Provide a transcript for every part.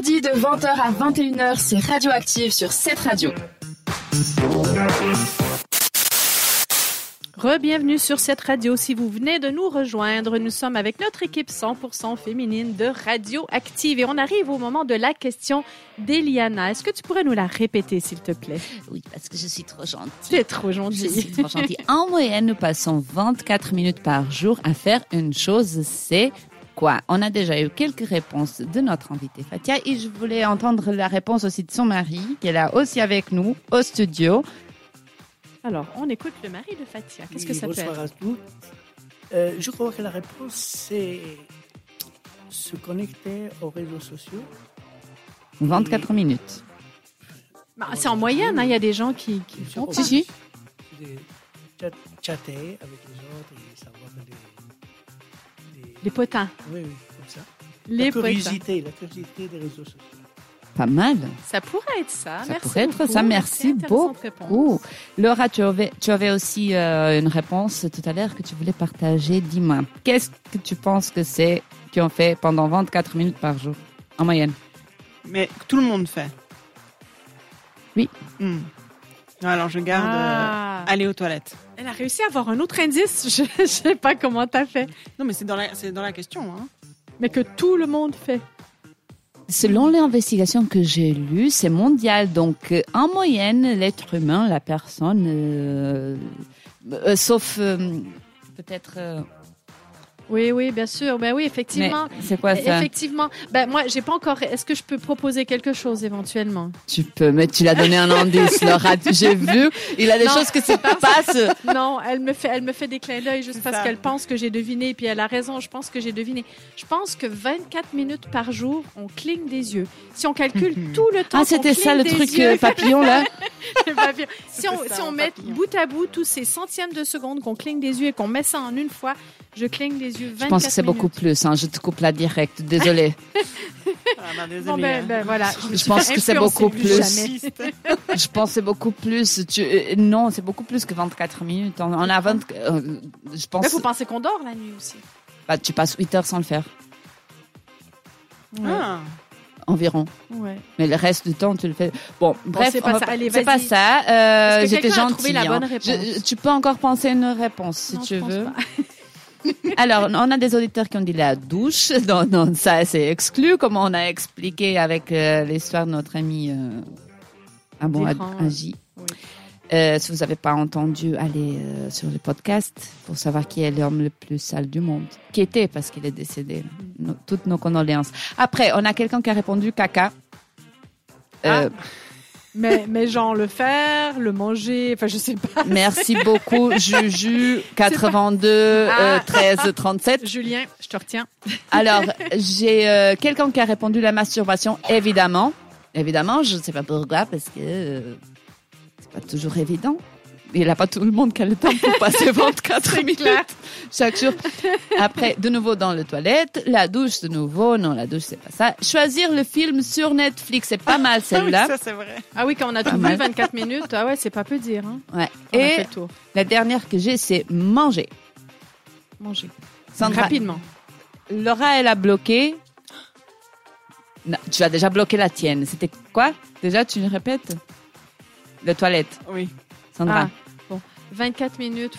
mardis de 20h à 21h, c'est Radioactive sur cette radio. Re-bienvenue sur cette radio. Si vous venez de nous rejoindre, nous sommes avec notre équipe 100% féminine de Radioactive et on arrive au moment de la question d'Eliana. Est-ce que tu pourrais nous la répéter, s'il te plaît? Oui, parce que je suis trop gentille. Tu es trop gentille. Je suis trop gentille. En moyenne, nous passons 24 minutes par jour à faire une chose, c'est quoi? On a déjà eu quelques réponses de notre invitée Fatia et je voulais entendre la réponse aussi de son mari, qui est là aussi avec nous au studio. Alors, on écoute le mari de Fatia. Qu'est-ce que ça peut être? Bonsoir à tous. Je crois que la réponse, c'est se connecter aux réseaux sociaux. 24 minutes. Bah, c'est en moyenne, il y a des gens qui font pas. Si. Chatter avec les autres et savoir Les potins. Oui, comme ça. Les la potins. curiosité des réseaux sociaux. Pas mal. Ça pourrait être ça. Ça Merci pourrait être beaucoup. ça. Merci Intéressante réponse. beaucoup. Laura, tu avais aussi une réponse tout à l'heure que tu voulais partager. Dis-moi, qu'est-ce que tu penses que c'est qu'on fait pendant 24 minutes par jour, en moyenne? Mais tout le monde fait. Oui. Alors, je garde aller aux toilettes. Elle a réussi à avoir un autre indice. Je sais pas comment t'as fait. Non, mais c'est dans la question. Hein. Mais que tout le monde fait. Selon les investigations que j'ai lues, c'est mondial. Donc, en moyenne, l'être humain, la personne, sauf peut-être... Oui, bien sûr. Ben oui, effectivement. Mais c'est quoi ça? Effectivement. Ben moi, j'ai pas encore. Est-ce que je peux proposer quelque chose éventuellement? Tu peux, mais tu l'as donné un indice, Laura. J'ai vu. Il a des choses que c'est pas passe. Non, elle me fait des clins d'œil juste parce qu'elle pense que j'ai deviné. Puis elle a raison. Je pense que j'ai deviné. Je pense que 24 minutes par jour, on cligne des yeux. Si on calcule tout le temps. Ah, c'était ça le truc papillon là. Si on met bout à bout tous ces centièmes de seconde qu'on cligne des yeux et qu'on met ça en une fois, je cligne des yeux 24 minutes. Je pense que c'est beaucoup plus. Hein. Je te coupe là direct. Désolée. Bon, voilà. Je pense que c'est beaucoup plus. Je pense que c'est beaucoup plus. Non, c'est beaucoup plus que 24 minutes. On a 20. Je pense. Mais faut penser qu'on dort la nuit aussi. Bah, tu passes 8 heures sans le faire. Ouais. Environ. Ouais. Mais le reste du temps, tu le fais. Bon, bref, c'est pas ça. Allez, c'est pas ça. J'étais gentille. Trouvé la bonne réponse. Tu peux encore penser une réponse si non, tu veux. Pas. Alors, on a des auditeurs qui ont dit la douche. Non, ça, c'est exclu, comme on a expliqué avec l'histoire de notre ami Agi. Oui. Si vous n'avez pas entendu, allez sur le podcast pour savoir qui est l'homme le plus sale du monde. Qui était, parce qu'il est décédé. Toutes nos condoléances. Après, on a quelqu'un qui a répondu caca. Mais genre le faire, le manger, enfin je sais pas. Merci beaucoup Juju 82 13 37. Julien, je te retiens. Alors, j'ai quelqu'un qui a répondu la masturbation, évidemment. Évidemment, je ne sais pas pourquoi, parce que c'est pas toujours évident. Il n'y a pas tout le monde qui a le temps pour passer 24 minutes chaque jour. Après, de nouveau dans les toilettes. La douche, de nouveau. Non, la douche, c'est pas ça. Choisir le film sur Netflix, c'est pas mal celle-là. Oui, ça, c'est vrai. Ah oui, quand on a tout vu 24 minutes, ah ouais, c'est pas peu dire. Hein. Ouais. On a Et fait le tour. la dernière que j'ai, c'est manger. Manger. Sandra, Rapidement. Laura, elle a bloqué. Non, tu as déjà bloqué la tienne. C'était quoi? Déjà, tu le répètes? Les toilettes. Oui. Sandra. Bon, 24 minutes.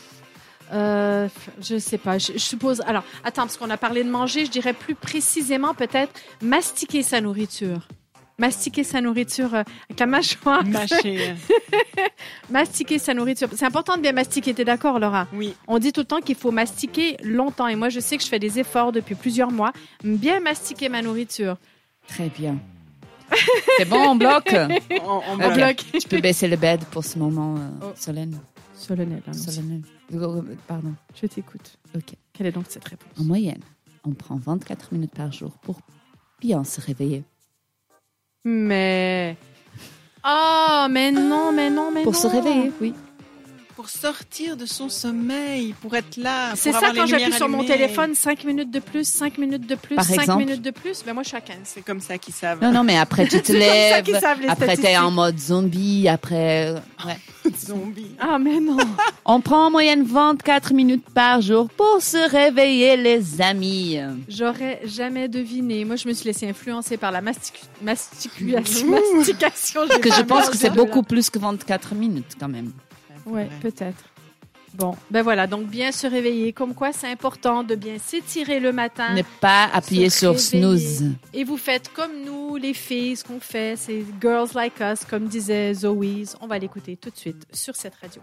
Je sais pas. Je suppose. Alors, attends, parce qu'on a parlé de manger, je dirais plus précisément peut-être mastiquer sa nourriture. Mastiquer sa nourriture avec la mâchoire. Mâcher. Mastiquer sa nourriture. C'est important de bien mastiquer, t'es d'accord, Laura? Oui. On dit tout le temps qu'il faut mastiquer longtemps. Et moi, je sais que je fais des efforts depuis plusieurs mois. Bien mastiquer ma nourriture. Très bien. C'est bon, on bloque? On bloque. bloque. Tu peux baisser le bed pour ce moment solennel. Solennel. Solennel. Pardon. Je t'écoute. Ok. Quelle est donc cette réponse? En moyenne, on prend 24 minutes par jour pour bien se réveiller. Mais... Oh, mais non. Pour se réveiller, oui. Pour sortir de son sommeil, pour être là. C'est pour ça avoir quand les j'appuie lumières sur mon allumées. téléphone, 5 minutes de plus, 5 minutes de plus, Par 5 exemple? minutes de plus. Ben moi, je suis à 15. C'est comme ça qu'ils savent. Non, mais après, tu te C'est comme ça lèves. qu'ils savent les Après, t'es statistiques. en mode zombie. Après, ouais. Zombie. Ah, mais non. On prend en moyenne 24 minutes par jour pour se réveiller, les amis. J'aurais jamais deviné. Moi, je me suis laissée influencer par la mastication. Parce que je pense que c'est beaucoup plus que 24 minutes quand même. Ouais, peut-être. Bon, ben voilà, donc bien se réveiller. Comme quoi, c'est important de bien s'étirer le matin. Ne pas appuyer se sur réveiller. snooze. Et vous faites comme nous, les filles, ce qu'on fait, c'est Girls Like Us, comme disait Zoe. On va l'écouter tout de suite sur cette radio.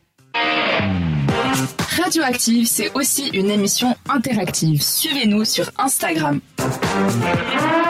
Radioactive, c'est aussi une émission interactive. Suivez-nous sur Instagram.